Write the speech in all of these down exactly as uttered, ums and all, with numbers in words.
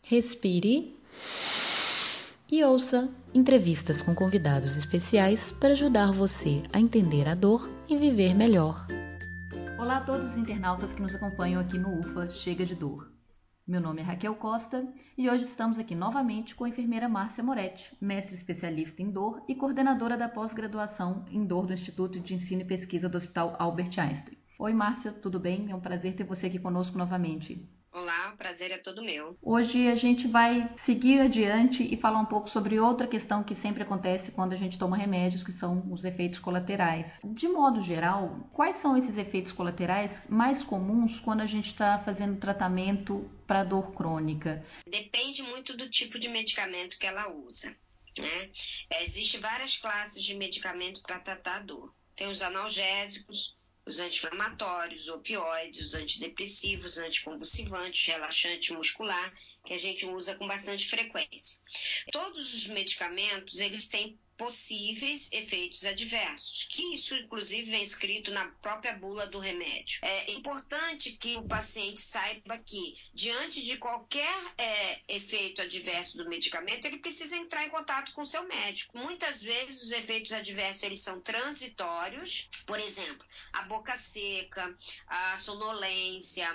respire e ouça entrevistas com convidados especiais para ajudar você a entender a dor e viver melhor. Olá a todos os internautas que nos acompanham aqui no U F A Chega de Dor. Meu nome é Raquel Costa e hoje estamos aqui novamente com a enfermeira Márcia Moretti, mestre especialista em dor e coordenadora da pós-graduação em dor do Instituto de Ensino e Pesquisa do Hospital Albert Einstein. Oi Márcia, tudo bem? É um prazer ter você aqui conosco novamente. Olá, o prazer é todo meu. Hoje a gente vai seguir adiante e falar um pouco sobre outra questão que sempre acontece quando a gente toma remédios, que são os efeitos colaterais. De modo geral, quais são esses efeitos colaterais mais comuns quando a gente está fazendo tratamento para dor crônica? Depende muito do tipo de medicamento que ela usa, né? Existem várias classes de medicamento para tratar a dor. Tem os analgésicos, os anti-inflamatórios, opioides, os antidepressivos, anticonvulsivantes, relaxante muscular, que a gente usa com bastante frequência. Todos os medicamentos, eles têm possíveis efeitos adversos, que isso inclusive vem escrito na própria bula do remédio. É importante que o paciente saiba que, diante de qualquer é, efeito adverso do medicamento, ele precisa entrar em contato com o seu médico. Muitas vezes os efeitos adversos eles são transitórios, por exemplo, a boca seca, a sonolência,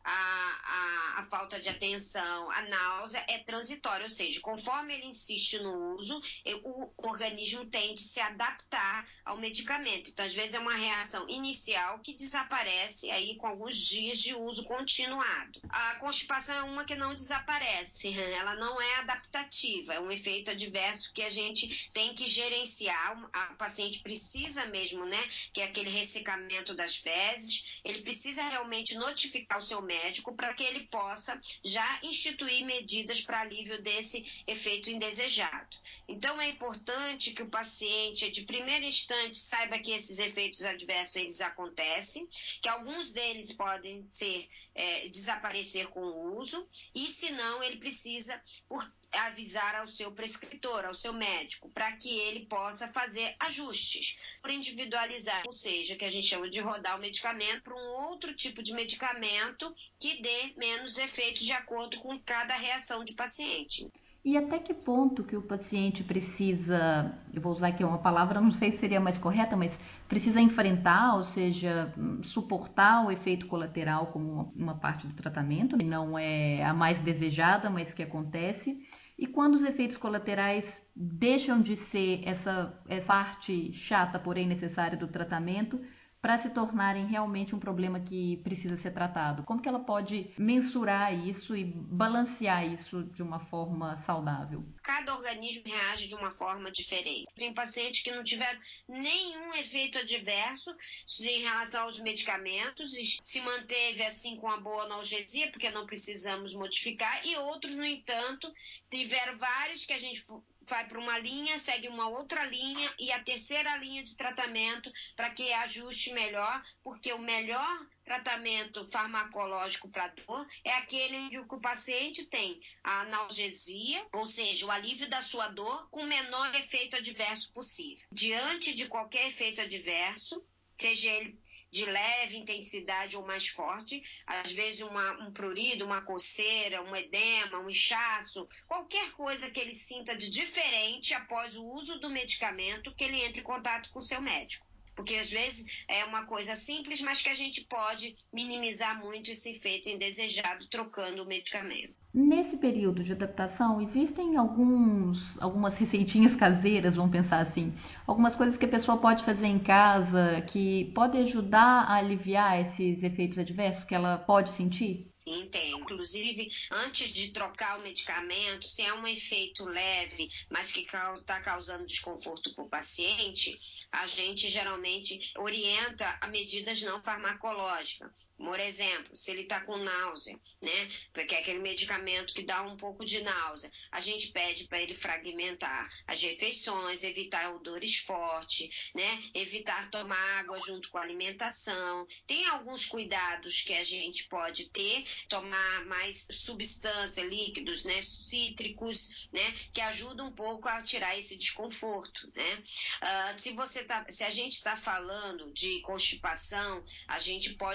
a, a, a falta de atenção, a náusea é transitória, ou seja, conforme ele insiste no uso, o organismo tende a se adaptar ao medicamento. Então, às vezes, é uma reação inicial que desaparece aí com alguns dias de uso continuado. A constipação é uma que não desaparece, ela não é adaptativa, é um efeito adverso que a gente tem que gerenciar. O paciente precisa mesmo, né, que é aquele ressecamento das fezes, ele precisa realmente notificar o seu médico para que ele possa já instituir medidas para alívio desse efeito indesejado. Então, é importante que o paciente, de primeiro instante, saiba que esses efeitos adversos eles acontecem, que alguns deles podem ser é, desaparecer com o uso, e se não, ele precisa por, avisar ao seu prescritor, ao seu médico, para que ele possa fazer ajustes, por individualizar, ou seja, que a gente chama de rodar o medicamento para um outro tipo de medicamento que dê menos efeitos de acordo com cada reação de paciente. E até que ponto que o paciente precisa, eu vou usar aqui uma palavra, não sei se seria mais correta, mas precisa enfrentar, ou seja, suportar o efeito colateral como uma, uma parte do tratamento, que não é a mais desejada, mas que acontece. E quando os efeitos colaterais deixam de ser essa, essa parte chata, porém necessária do tratamento, para se tornarem realmente um problema que precisa ser tratado? Como que ela pode mensurar isso e balancear isso de uma forma saudável? Cada organismo reage de uma forma diferente. Tem pacientes que não tiveram nenhum efeito adverso em relação aos medicamentos e se manteve assim com a boa analgesia, porque não precisamos modificar, e outros, no entanto, tiveram vários que a gente vai para uma linha, segue uma outra linha e a terceira linha de tratamento para que ajuste melhor, porque o melhor tratamento farmacológico para dor é aquele onde o paciente tem a analgesia, ou seja, o alívio da sua dor com o menor efeito adverso possível. Diante de qualquer efeito adverso, seja ele de leve intensidade ou mais forte, às vezes uma, um prurido, uma coceira, um edema, um inchaço, qualquer coisa que ele sinta de diferente após o uso do medicamento, que ele entre em contato com o seu médico. Porque às vezes é uma coisa simples, mas que a gente pode minimizar muito esse efeito indesejado trocando o medicamento. Nesse período de adaptação, existem alguns, algumas receitinhas caseiras, vamos pensar assim, algumas coisas que a pessoa pode fazer em casa que pode ajudar a aliviar esses efeitos adversos que ela pode sentir? Sim, tem. Inclusive, antes de trocar o medicamento, se é um efeito leve, mas que está causando desconforto para o paciente, a gente geralmente orienta a medidas não farmacológicas. Por exemplo, se ele está com náusea, né? Porque é aquele medicamento que dá um pouco de náusea, a gente pede para ele fragmentar as refeições, evitar odores fortes, né? Evitar tomar água junto com a alimentação. Tem alguns cuidados que a gente pode ter, tomar mais substância, líquidos, né? Cítricos, né? Que ajudam um pouco a tirar esse desconforto, né? Uh, se você tá, se a gente está falando de constipação, a gente pode orientar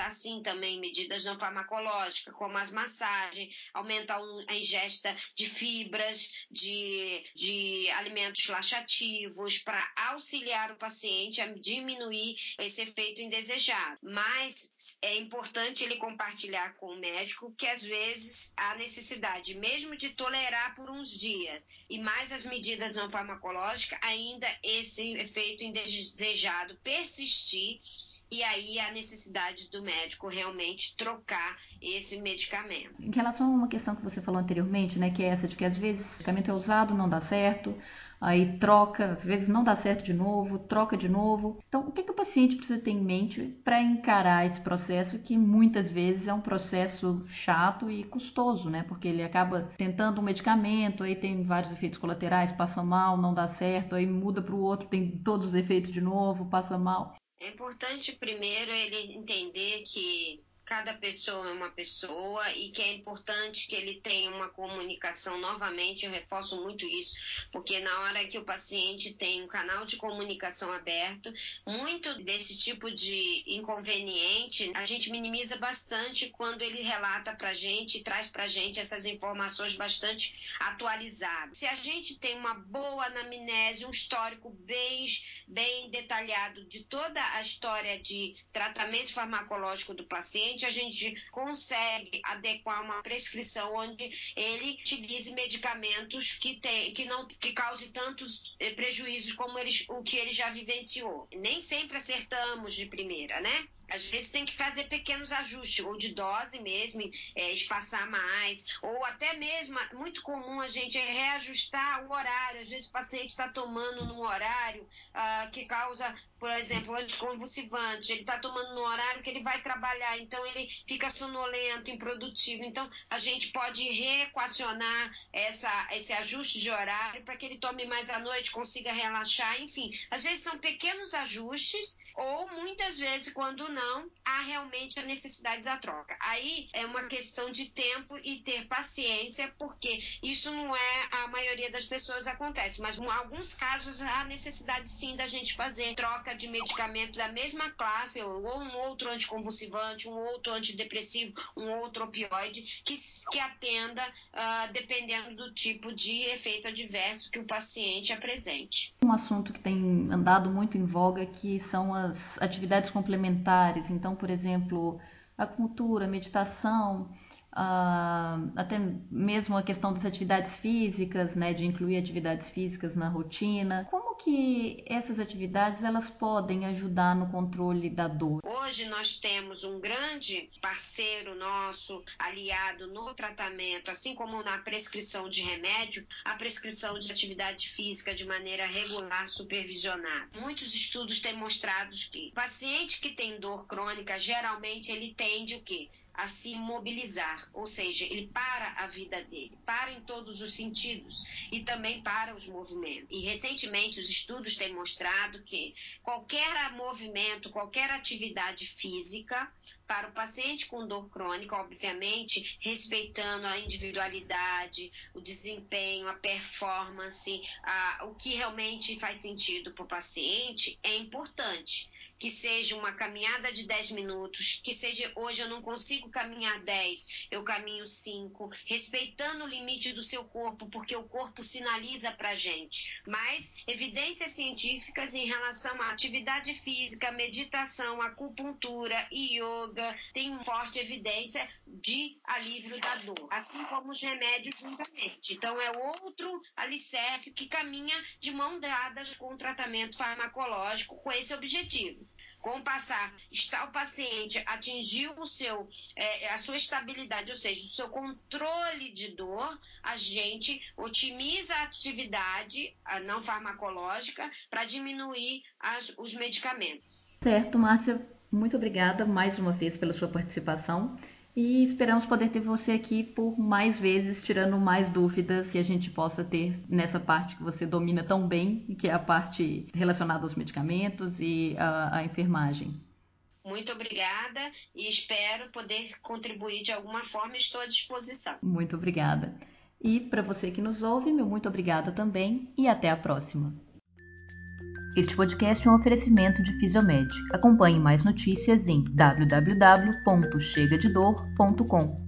assim também medidas não farmacológicas, como as massagens, aumentar a ingesta de fibras, de, de alimentos laxativos, para auxiliar o paciente a diminuir esse efeito indesejado. Mas é importante ele compartilhar com o médico que às vezes há necessidade mesmo de tolerar por uns dias e mais as medidas não farmacológicas, ainda esse efeito indesejado persistir, e aí a necessidade do médico realmente trocar esse medicamento. Em relação a uma questão que você falou anteriormente, né, que é essa de que às vezes o medicamento é usado, não dá certo, aí troca, às vezes não dá certo de novo, troca de novo. Então, o que, que o paciente precisa ter em mente para encarar esse processo, que muitas vezes é um processo chato e custoso, né? Porque ele acaba tentando um medicamento, aí tem vários efeitos colaterais, passa mal, não dá certo, aí muda para o outro, tem todos os efeitos de novo, passa mal. É importante primeiro ele entender que cada pessoa é uma pessoa e que é importante que ele tenha uma comunicação novamente, eu reforço muito isso, porque na hora que o paciente tem um canal de comunicação aberto, muito desse tipo de inconveniente a gente minimiza bastante quando ele relata pra gente e traz pra gente essas informações bastante atualizadas. Se a gente tem uma boa anamnese, um histórico bem, bem detalhado de toda a história de tratamento farmacológico do paciente, a gente consegue adequar uma prescrição onde ele utilize medicamentos que, tem, que não que cause tantos prejuízos como ele, o que ele já vivenciou. Nem sempre acertamos de primeira, né? Às vezes tem que fazer pequenos ajustes, ou de dose mesmo, é, espaçar mais, ou até mesmo, muito comum a gente reajustar o horário. Às vezes o paciente está tomando num horário ah, que causa, por exemplo, anticonvulsivante, ele está tomando no horário que ele vai trabalhar, então ele fica sonolento, improdutivo. Então, a gente pode reequacionar essa, esse ajuste de horário para que ele tome mais à noite, consiga relaxar, enfim. Às vezes são pequenos ajustes, ou muitas vezes, quando não, há realmente a necessidade da troca. Aí é uma questão de tempo e ter paciência, porque isso não é a maioria das pessoas acontece, mas em alguns casos há necessidade sim da gente fazer troca de medicamento da mesma classe, ou um outro anticonvulsivante, um outro antidepressivo, um outro opioide, que, que atenda uh, dependendo do tipo de efeito adverso que o paciente apresente. Um assunto que tem andado muito em voga que são as atividades complementares. Então, por exemplo, acupuntura, meditação, Uh, até mesmo a questão das atividades físicas, né, de incluir atividades físicas na rotina. Como que essas atividades elas podem ajudar no controle da dor? Hoje nós temos um grande parceiro nosso, aliado no tratamento, assim como na prescrição de remédio, a prescrição de atividade física de maneira regular, supervisionada. Muitos estudos têm mostrado que o paciente que tem dor crônica, geralmente ele tende o quê? A se imobilizar, ou seja, ele para a vida dele, para em todos os sentidos e também para os movimentos. E recentemente os estudos têm mostrado que qualquer movimento, qualquer atividade física para o paciente com dor crônica, obviamente, respeitando a individualidade, o desempenho, a performance, a, o que realmente faz sentido para o paciente, é importante. Que seja uma caminhada de dez minutos, que seja, hoje eu não consigo caminhar dez, eu caminho cinco, respeitando o limite do seu corpo, porque o corpo sinaliza para a gente. Mas evidências científicas em relação à atividade física, meditação, acupuntura, yoga, tem forte evidência de alívio da dor, assim como os remédios juntamente. Então é outro alicerce que caminha de mão dadas com o tratamento farmacológico com esse objetivo. Com o passar, está o paciente atingiu o seu, é, a sua estabilidade, ou seja, o seu controle de dor, a gente otimiza a atividade a não farmacológica para diminuir as, os medicamentos. Certo, Márcia, muito obrigada mais uma vez pela sua participação e esperamos poder ter você aqui por mais vezes, tirando mais dúvidas que a gente possa ter nessa parte que você domina tão bem, que é a parte relacionada aos medicamentos e a, a enfermagem. Muito obrigada e espero poder contribuir de alguma forma, estou à disposição. Muito obrigada. E para você que nos ouve, meu muito obrigada também e até a próxima. Este podcast é um oferecimento de Fisiomed. Acompanhe mais notícias em w w w ponto chega de dor ponto com.